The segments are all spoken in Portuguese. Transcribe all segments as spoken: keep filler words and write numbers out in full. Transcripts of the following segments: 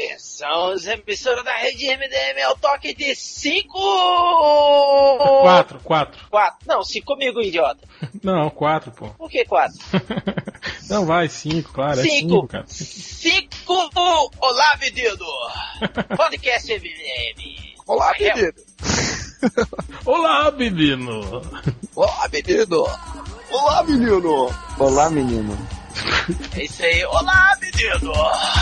Somos emissora da rede M D M ao toque de cinco... Quatro, quatro. Quatro. Não, cinco comigo, idiota. Não, quatro, pô. Por que quatro? Não, vai, cinco, claro. Cinco. É cinco, cara. Cinco. Olá, menino. Podcast M D M. Olá, menino. Olá, menino. Olá, menino. Olá, menino. Olá, menino. É isso aí. Olá, menino.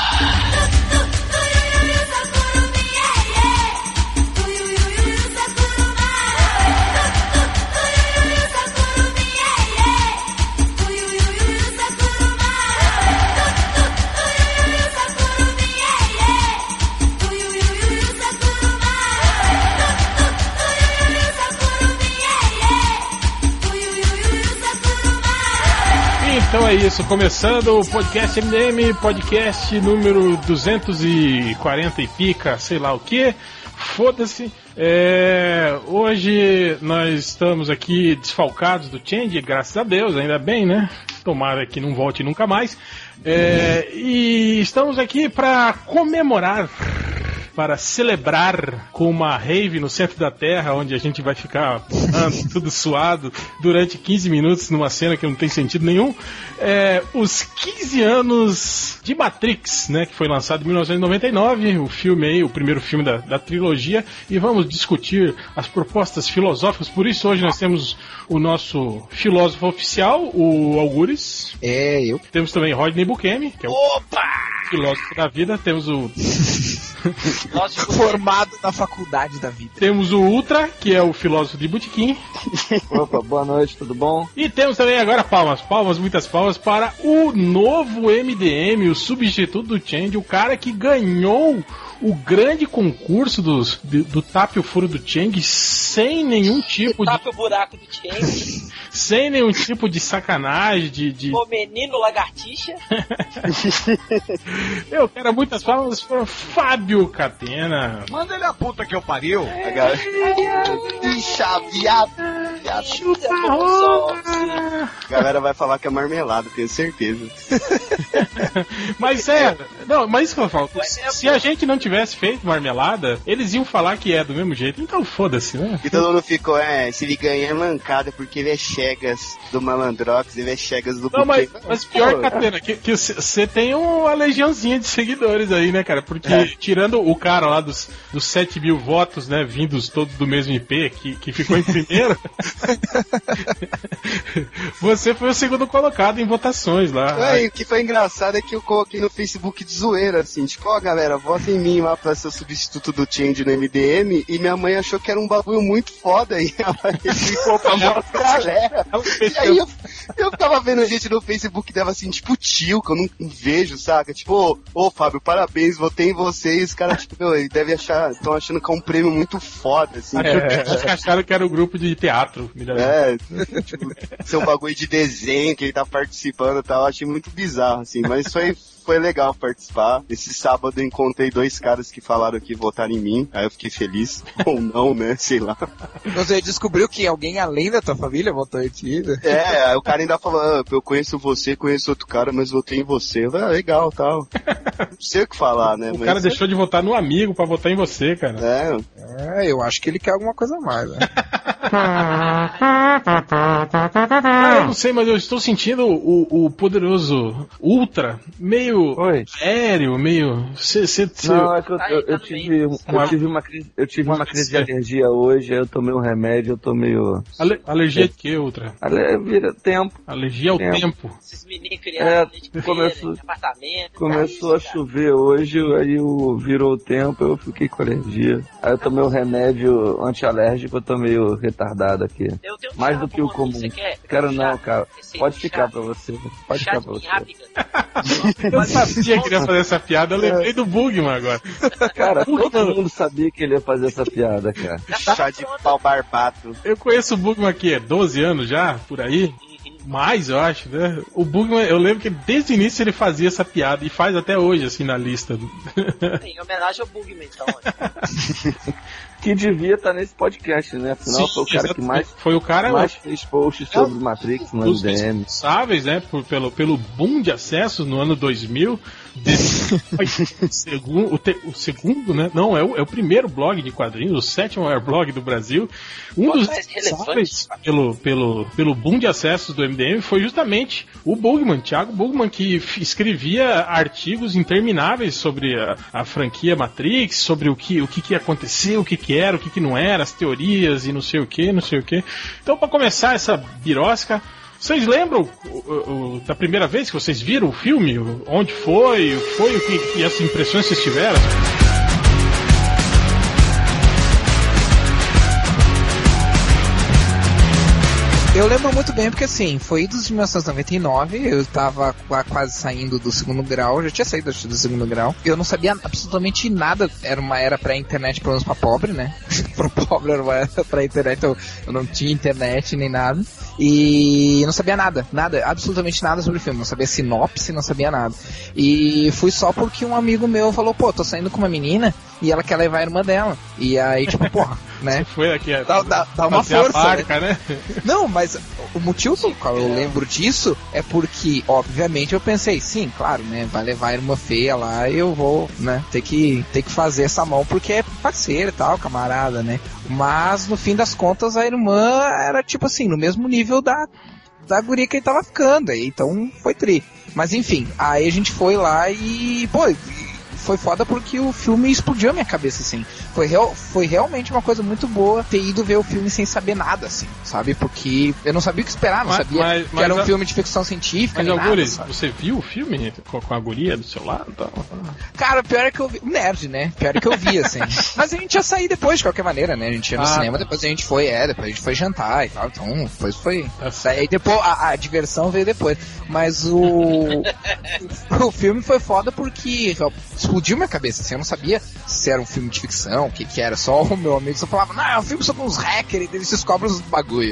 Então é isso, começando o podcast M D M, podcast número duzentos e quarenta e pica, sei lá o que, foda-se. É, hoje nós estamos aqui desfalcados do Change, graças a Deus, ainda bem, né? Tomara que não volte nunca mais. É, e estamos aqui para comemorar, para celebrar com uma rave no centro da Terra, onde a gente vai ficar pulando, tudo suado, durante quinze minutos, numa cena que não tem sentido nenhum, é, os quinze anos de Matrix, né, que foi lançado em mil novecentos e noventa e nove, o filme aí, o primeiro filme da, da trilogia, e vamos discutir as propostas filosóficas. Por isso hoje nós temos o nosso filósofo oficial, o Algures. É, eu. Temos também Rodney Bukemi, que é o Opa! filósofo da vida. Temos o... Formado na faculdade da vida. Temos o Ultra, que é o filósofo de Botequim. Opa, boa noite, tudo bom? E temos também agora palmas, palmas, muitas palmas para o novo M D M, o substituto do Change, o cara que ganhou o grande concurso dos, do, do Tape o Furo do Change sem nenhum tipo de... Tape o buraco do Change. Sem nenhum tipo de sacanagem, de... de... O menino lagartixa. Eu quero muitas palmas para Fábio Catena. Manda ele a puta que eu pariu. É. Bicha, viado. Chupa a roupa. A galera vai falar que é marmelada, tenho certeza. Mas é... Não, mas isso que eu falo. Se a gente não tivesse feito marmelada, eles iam falar que é do mesmo jeito. Então foda-se, né? E todo mundo ficou, é, se ele ganhar é mancada porque ele é Chegas do Malandrox, ele é Chegas do Não, mas, Buquê. mas pior, Catena, que você tem uma legiãozinha de seguidores aí, né, cara? Porque é. tirando o cara lá dos, dos sete mil votos, né, vindos todos do mesmo I P, que, que ficou em primeiro, você foi o segundo colocado em votações lá. É, e o que foi engraçado é que eu coloquei no Facebook de zoeira, assim, tipo, ó, galera, vota em mim lá pra ser o substituto do Change no M D M, e minha mãe achou que era um bagulho muito foda, e ela ficou pra votar pra galera. E aí eu, eu ficava vendo gente no Facebook dela assim, tipo, tio, que eu não, não vejo, saca? Tipo, ô, ô Fábio, parabéns, votei em você, e os caras, tipo, meu, ele deve achar, estão achando que é um prêmio muito foda, assim. Acho que acharam que era o grupo de teatro. É, tipo, ser um bagulho de desenho que ele tá participando e tal, eu achei muito bizarro, assim, mas foi... Foi legal participar. Esse sábado eu encontrei dois caras que falaram que votaram em mim. Aí eu fiquei feliz. Ou não, né? Sei lá. Você descobriu que alguém além da tua família votou em ti? Né? É, aí o cara ainda falou, ah, eu conheço você, conheço outro cara, mas votei em você. Eu falei, ah, legal, tal. Não sei o que falar, né? O mas cara deixou de votar no amigo pra votar em você, cara. É. É, eu acho que ele quer alguma coisa a mais, né? Ah, eu não sei, mas eu estou sentindo o, o poderoso Ultra meio Oi. aéreo, meio... Cê, cê, cê... Não, é que eu, eu, eu, tive, eu tive uma crise, eu tive uma crise de alergia hoje, aí eu tomei um remédio, eu tô meio... Ale, alergia é. de que, Ultra? Ale, vira tempo. Alergia ao tempo. tempo. Esses meninos criaram é, de feira, começou, de apartamento. Começou a chover hoje, aí eu, virou o tempo, eu fiquei com alergia. Aí eu tomei um remédio antialérgico, eu tô meio retardado aqui. Mais do que o comum. Quero não, cara. Pode ficar pra você. Pode ficar pra você. Eu sabia que ele ia fazer essa piada, eu lembrei do Bugman agora. Cara, todo mundo sabia que ele ia fazer essa piada, cara. Chá de pau barbado. Eu conheço o Bugman aqui há doze anos já, por aí. Mais, eu acho, né? O Bugman, eu lembro que desde o início ele fazia essa piada e faz até hoje, assim, na lista. Em homenagem ao Bugman, então. Que devia estar nesse podcast, né? Afinal, Sim, foi o cara que mais, foi o cara mais fez posts sobre é, Matrix no M D M. Responsáveis, né? Por, pelo, pelo boom de acessos no ano dois mil o, segundo, o, te, o segundo, né? Não, é o, é o primeiro blog de quadrinhos, o sétimo maior blog do Brasil. Um dos responsáveis pelo, pelo, pelo boom de acessos do M D M foi justamente o Bugman, Thiago Bugman, que escrevia artigos intermináveis sobre a, a franquia Matrix, sobre o que, o que, que ia acontecer, o que, que era, o que, que não era, as teorias e não sei o que, não sei o que. Então, para começar essa birosca, vocês lembram o, o, da primeira vez que vocês viram o filme? Onde foi? Foi o que, e as impressões que vocês tiveram? Eu lembro muito bem porque, assim, foi dos mil novecentos e noventa e nove, eu tava quase saindo do segundo grau, já tinha saído do segundo grau, eu não sabia absolutamente nada, era uma era pra internet, pelo menos pra pobre, né? Pro pobre era uma era pra internet, então eu não tinha internet nem nada, e não sabia nada, nada, absolutamente nada sobre o filme, não sabia sinopse, não sabia nada. E fui só porque um amigo meu falou, pô, tô saindo com uma menina e ela quer levar a irmã dela. E aí, tipo, porra, né? Você foi aqui, é, dá, dá, dá uma força, barca, né? né? Não, mas o motivo pelo qual eu lembro disso é porque, obviamente, eu pensei, sim, claro, né? Vai levar a irmã feia lá e eu vou, né? Ter que, ter que fazer essa mão porque é parceiro e tal, camarada, né? Mas, no fim das contas, a irmã era, tipo assim, no mesmo nível da, da guria que ele tava ficando. Aí, então, foi tri. Mas, enfim, aí a gente foi lá e, pô... foi foda porque o filme explodiu a minha cabeça, assim. Foi, real, foi realmente uma coisa muito boa ter ido ver o filme sem saber nada, assim, sabe? Porque eu não sabia o que esperar, não mas, sabia mas, que mas era um a... filme de ficção científica, mas, nem Algures, nada, você viu o filme com, com a guria do seu lado? Tá? Cara, pior é que eu vi... Um nerd, né? Pior é que eu vi, assim. Mas a gente ia sair depois, de qualquer maneira, né? A gente ia no ah, cinema, depois a gente foi, é, depois a gente foi jantar e tal, então, depois foi... Aí depois, a, a diversão veio depois. Mas o... o filme foi foda porque explodiu minha cabeça, assim, eu não sabia se era um filme de ficção, o que que era, só o meu amigo só falava, não, é um filme sobre uns hackers e eles descobrem os bagulho.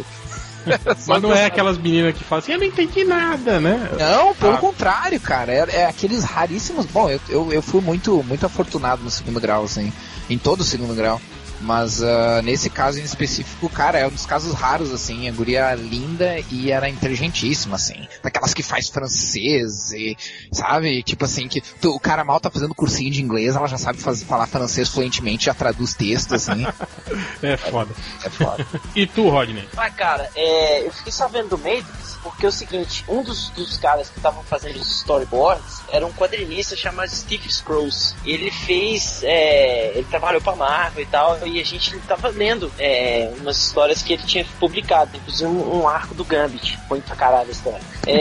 Mas não é aquelas meninas que falam assim, eu não entendi nada, né? Não, pelo ah. contrário, cara, é, é aqueles raríssimos, bom, eu, eu, eu fui muito, muito afortunado no segundo grau, assim, em todo o segundo grau. Mas uh, nesse caso em específico, cara, é um dos casos raros, assim, a guria linda e era inteligentíssima, assim, daquelas que faz francês e, sabe, tipo assim, que tu, o cara mal tá fazendo cursinho de inglês, ela já sabe fazer, falar francês fluentemente, já traduz textos, assim. É foda. É, é foda. E tu, Rodney? Ah, cara, é, eu fiquei sabendo do Matrix porque é o seguinte, um dos, dos caras que estavam fazendo os storyboards era um quadrinista chamado Steve Scrolls. Ele fez, é, ele trabalhou pra Marvel e tal, e a gente tava lendo é, umas histórias que ele tinha publicado, inclusive um, um arco do Gambit. Foi pra caralho a história.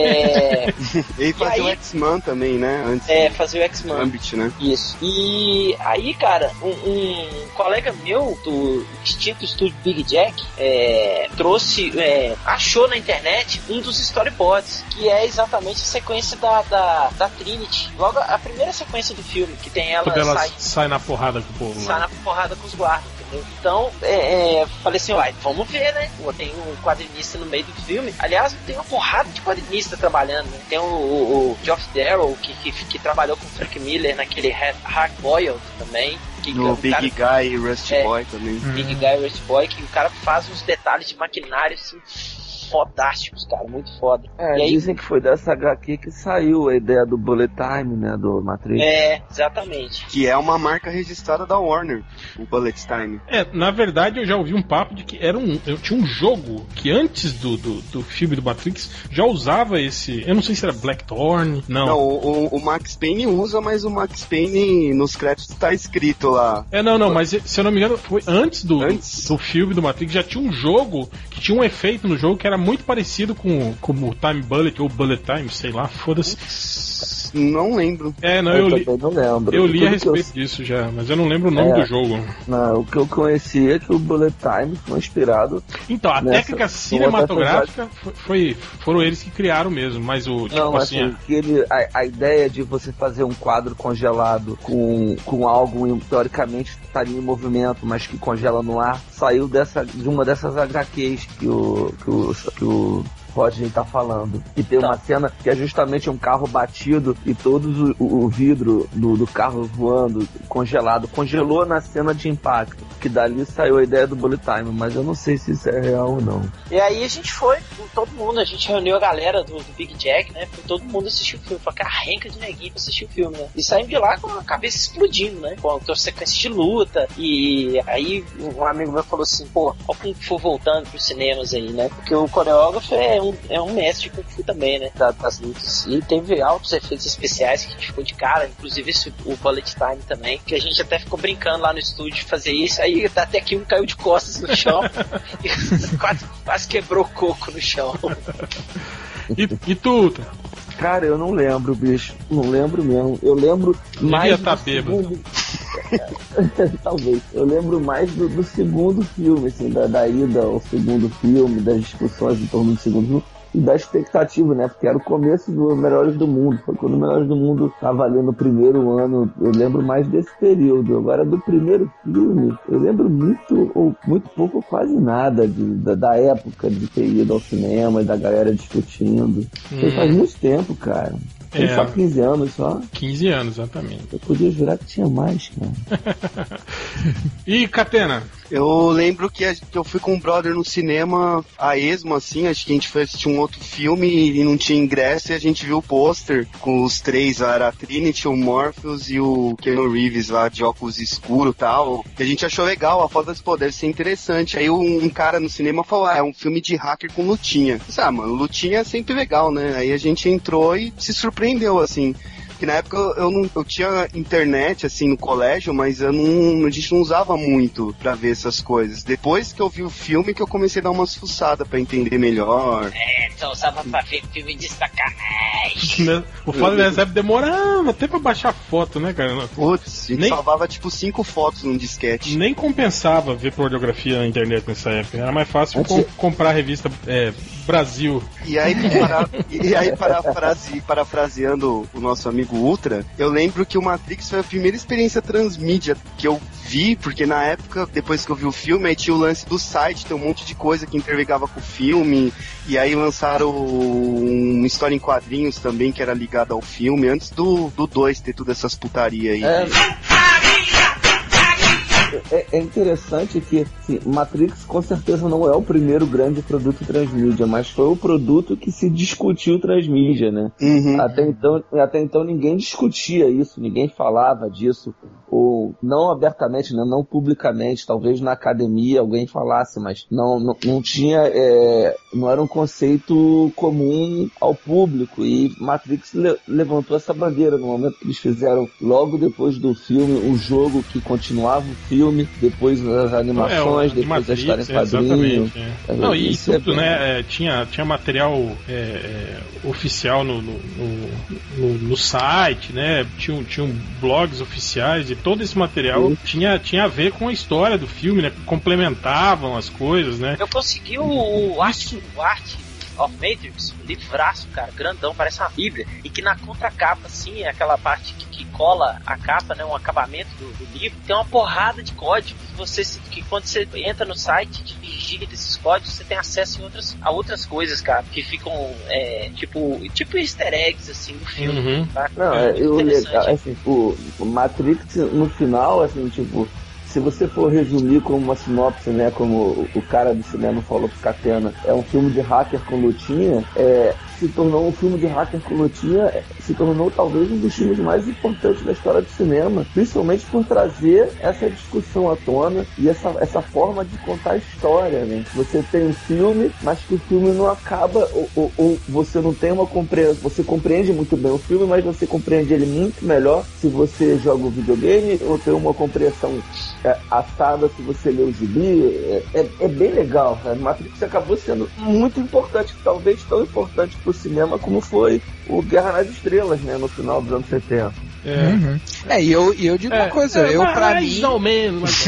É, ele fazia o X-Men também, né? Antes é, fazia o X-Men. Gambit, né? Isso. E aí, cara, um, um colega meu do extinto estúdio Big Jack é, trouxe, é, achou na internet um dos storyboards, que é exatamente a sequência da, da, da Trinity. Logo, a primeira sequência do filme, que tem ela... ela sai, sai na porrada com o povo. Sai na porrada com os guardas. Então, é, é, falei assim, uai, vamos ver, né? Tem um quadrinista no meio do filme. Aliás, tem uma porrada de quadrinista trabalhando, né? Tem o, o, o Geoff Darrow, que, que, que trabalhou com o Frank Miller naquele Hard Boiled também. Que, no Big cara, Guy e Rusty é, Boy também. Big hum. Guy e Rusty Boy, que o cara faz uns detalhes de maquinário, assim, fodásticos, cara, muito foda. É, e aí, dizem que foi dessa H Q que saiu a ideia do Bullet Time, né, do Matrix. É, exatamente. Que é uma marca registrada da Warner, o Bullet Time. É, na verdade eu já ouvi um papo de que era um, eu tinha um jogo que antes do, do, do filme do Matrix já usava esse, eu não sei se era Blackthorn, não. Não, o, o Max Payne usa, mas o Max Payne nos créditos tá escrito lá. É, não, não, mas se eu não me engano foi antes do, antes? do, do filme do Matrix, já tinha um jogo que tinha um efeito no jogo que era muito parecido com, com o Time Bullet ou Bullet Time, sei lá, foda-se. Não lembro. É, não, eu, eu li. Não lembro. Eu li Tudo a respeito eu... disso já, mas eu não lembro o nome é, do jogo. Não, o que eu conheci é que o Bullet Time foi inspirado. Então, a nessa, técnica cinematográfica foi, foram eles que criaram mesmo, mas o. Tipo não, assim. assim, que ele, a, a ideia de você fazer um quadro congelado com, com algo teoricamente estaria em movimento, mas que congela no ar, saiu dessa, de uma dessas H Qs que o. Que o, que o Rodney tá falando. E tem Tá. uma cena que é justamente um carro batido e todo o, o vidro do, do carro voando, congelado. Congelou na cena de impacto. Que dali saiu a ideia do bullet time, mas eu não sei se isso é real ou não. E aí a gente foi, com todo mundo, a gente reuniu a galera do, do Big Jack, né? Foi todo mundo assistir o filme. Foi uma carrenca de neguinho pra assistir o filme, né? E saímos de lá com a cabeça explodindo, né? Com a sequência de luta. E aí um amigo meu falou assim, pô, olha o Kung Fu voltando pros cinemas aí, né? Porque o coreógrafo é um, é um mestre de Kung Fu também, né? Da, das lutas. E teve altos efeitos especiais que a gente ficou de cara, inclusive esse, o bullet time também, que a gente até ficou brincando lá no estúdio de fazer isso. Aí até que um caiu de costas no chão e quase, quase quebrou o coco no chão. E, e tu, Ultra? Cara, eu não lembro, bicho. Não lembro mesmo. Eu lembro mais. Devia tá do bêbado. segundo... Talvez. Eu lembro mais do, do segundo filme, assim, da, da ida ao segundo filme, das discussões em torno do segundo filme. E da expectativa, né? Porque era o começo do Melhores do Mundo. Foi quando o Melhores do Mundo tava ali no primeiro ano. Eu lembro mais desse período. Agora, do primeiro filme, eu lembro muito, ou muito pouco, ou quase nada de, da, da época de ter ido ao cinema e da galera discutindo. Hum. Faz muito tempo, cara. Tem É. só quinze anos, só. quinze anos, exatamente. Eu podia jurar que tinha mais, cara. E, Catena? Eu lembro que, a, que eu fui com um brother no cinema a esmo, assim, acho que a gente foi assistir um outro filme e não tinha ingresso e a gente viu o pôster com os três lá, era a Trinity, o Morpheus e o Keanu Reeves lá de óculos escuros e tal. E a gente achou legal, a foto desse poder ser interessante. Aí um, um cara no cinema falou, ah, é um filme de hacker com lutinha. Eu disse, ah, mano, lutinha é sempre legal, né? Aí a gente entrou e se surpreendeu, assim. Que na época eu, não, eu tinha internet, assim, no colégio, mas eu não, a gente não usava muito pra ver essas coisas. Depois que eu vi o filme que eu comecei a dar umas fuçadas pra entender melhor. É, então usava pra ver filme de sacanagem. O foda dessa época demorava até pra baixar foto, né, cara? Putz, a gente Nem- salvava tipo cinco fotos num disquete. Nem compensava ver pornografia na internet nessa época. Era mais fácil Antes- com- comprar a revista é, Brasil. E aí, para, e aí parafrase, parafraseando o nosso amigo Ultra, eu lembro que o Matrix foi a primeira experiência transmídia que eu vi, porque na época, depois que eu vi o filme, aí tinha o lance do site, tem um monte de coisa que interligava com o filme, e aí lançaram uma história em quadrinhos também, que era ligada ao filme, antes do dois ter todas essas putaria aí. É, é, é interessante que assim, Matrix com certeza não é o primeiro grande produto transmídia, mas foi o produto que se discutiu transmídia, né? Uhum. Até então, até então ninguém discutia isso, ninguém falava disso, ou não abertamente, né? Não publicamente, talvez na academia alguém falasse, mas não, não, não tinha, é, não era um conceito comum ao público, e Matrix le- levantou essa bandeira no momento que eles fizeram, logo depois do filme, um jogo que continuava o filme, depois as animações, É, o- depois a Matrix, história em quadrinho. exatamente, é. Não, e Isso é tudo, bem- né? é, tinha, tinha material é, é, oficial no, no, no, no- no site, né? Tinham, tinham blogs oficiais e todo esse material Sim. tinha, tinha a ver com a história do filme, né? Complementavam as coisas, né? Eu consegui o, o Art, o Art of Matrix, um livraço, cara, grandão, parece uma bíblia, e que na contracapa, assim, é aquela parte que, que cola a capa, né, um acabamento do, do livro, tem uma porrada de códigos que você, se- que quando você entra no site e digita esses códigos, você tem acesso em outras, a outras coisas, cara, que ficam, é, tipo, tipo easter eggs, assim, do filme, Uhum. tá? Não, É é, muito eu, interessante. assim, o, o Matrix, no final, assim, tipo, se você for resumir como uma sinopse, né, como o, o cara do cinema falou pro Catena, é um filme de hacker com lutinha, é, se tornou um filme de hacker com lutinha, é, se tornou talvez um dos filmes mais importantes da história do cinema, principalmente por trazer essa discussão à tona e essa, essa forma de contar a história, né? Você tem um filme, mas que o filme não acaba, ou, ou, ou você não tem uma compreensão, você compreende muito bem o filme, mas você compreende ele muito melhor se você joga o videogame, ou tem uma compreensão é, assada se você lê o gibi. É, é, é bem legal, né? Matrix acabou sendo muito importante, talvez tão importante pro cinema como foi o Guerra nas Estrelas, né, no final dos anos setenta. É, uhum. é e eu, e eu digo é, uma coisa, é, eu mas, pra mais mim... ou menos.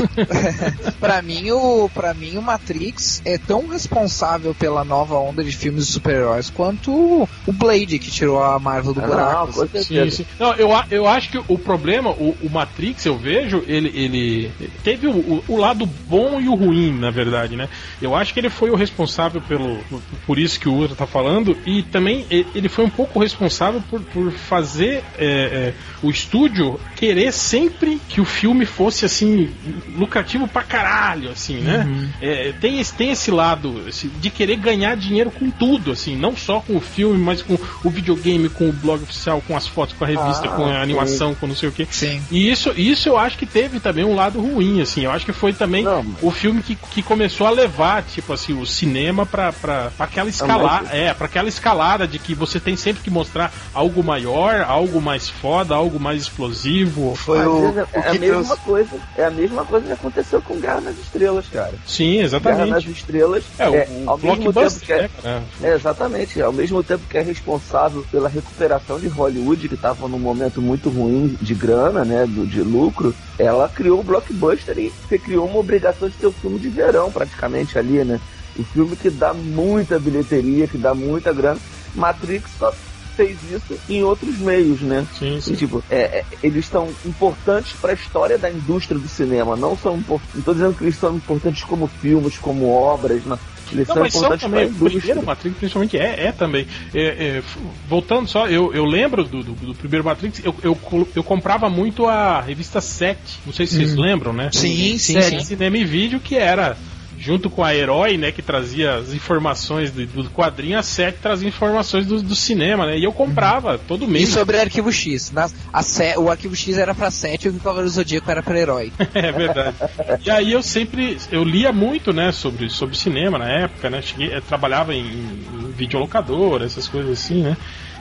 pra, mim, o, pra mim, o Matrix é tão responsável pela nova onda de filmes de super-heróis quanto o Blade, que tirou a Marvel do ah, buraco. Não, sim, sim. Não, eu, eu acho que o problema, o, o Matrix, eu vejo, ele, ele teve o, o lado bom e o ruim, na verdade, né? Eu acho que ele foi o responsável pelo, por isso que o Ultra tá falando, e também ele foi um pouco responsável por, por fazer é, é, o estúdio querer sempre que o filme fosse, assim, lucrativo pra caralho, assim, né? Uhum. É, tem, esse, tem esse lado esse, de querer ganhar dinheiro com tudo, assim, não só com o filme, mas com o videogame, com o blog oficial, com as fotos, com a revista, ah, com a animação, sim. com não sei o que. Sim. E isso, isso eu acho que teve também um lado ruim, assim, eu acho que foi também não, mas... o filme que, que começou a levar, tipo assim, o cinema pra, pra, pra aquela escalada, mas... é, pra aquela escalada de que você tem sempre que mostrar algo maior, algo mais foda, algo mais explosivo. Foi o, o, é, a mesma trouxe... coisa, é a mesma coisa que aconteceu com Guerra nas Estrelas, cara. Sim, exatamente. Guerra nas Estrelas é, é o, ao mesmo tempo que é, né, é, exatamente, ao mesmo tempo que é responsável pela recuperação de Hollywood, que estava num momento muito ruim de grana, né, do, de lucro, ela criou o blockbuster e você criou uma obrigação de ter um filme de verão praticamente ali, né? O filme que dá muita bilheteria, que dá muita grana. Matrix só fez isso em outros meios, né? Sim, sim. E, tipo, é, é, eles são importantes para a história da indústria do cinema. Não são import... não estou dizendo que eles são importantes como filmes, como obras, não. Eles não, são mas importantes são também, para a indústria. O primeiro Matrix principalmente é, é também. É, é, voltando só, eu, eu lembro do, do, do primeiro Matrix, eu, eu, eu comprava muito a revista sete. Não sei se vocês hum. lembram, né? Sim, sim, sete, sim. Cinema e Vídeo, que era junto com a Herói, né, que trazia as informações do, do quadrinho, a sete trazia informações do, do cinema, né, e eu comprava uhum. todo mês. E sobre Arquivo X, na, a se, o Arquivo X era pra sete e o Cavaleiro do Zodíaco era pra Herói. É verdade. E aí eu sempre, eu lia muito, né, sobre, sobre cinema na época, né, cheguei, eu trabalhava em, em videolocadora, essas coisas assim, né,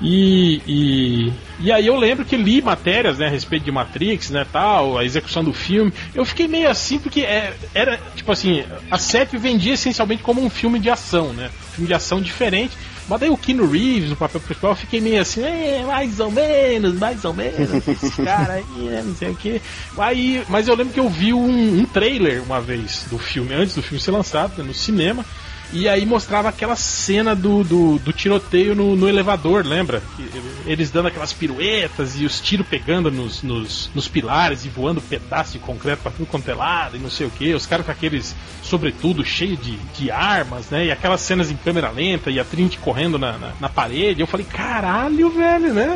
E, e, e aí eu lembro que li matérias, né, a respeito de Matrix, né, tal, a execução do filme. Eu fiquei meio assim porque é, era, tipo assim, a sete vendia essencialmente como um filme de ação, né, um filme de ação diferente. Mas daí o Keanu Reeves, no papel principal, eu fiquei meio assim, é, mais ou menos, mais ou menos, esse cara aí, né, não sei o que. Aí, mas eu lembro que eu vi um, um trailer uma vez do filme, antes do filme ser lançado, né, no cinema. E aí mostrava aquela cena do, do, do tiroteio no, no elevador, lembra? Eles dando aquelas piruetas e os tiros pegando nos, nos, nos pilares e voando pedaços de concreto pra tudo quanto é lado e não sei o que. Os caras com aqueles, sobretudo, cheio de, de armas, né? E aquelas cenas em câmera lenta e a Trinity correndo na, na, na parede. Eu falei, caralho, velho, né?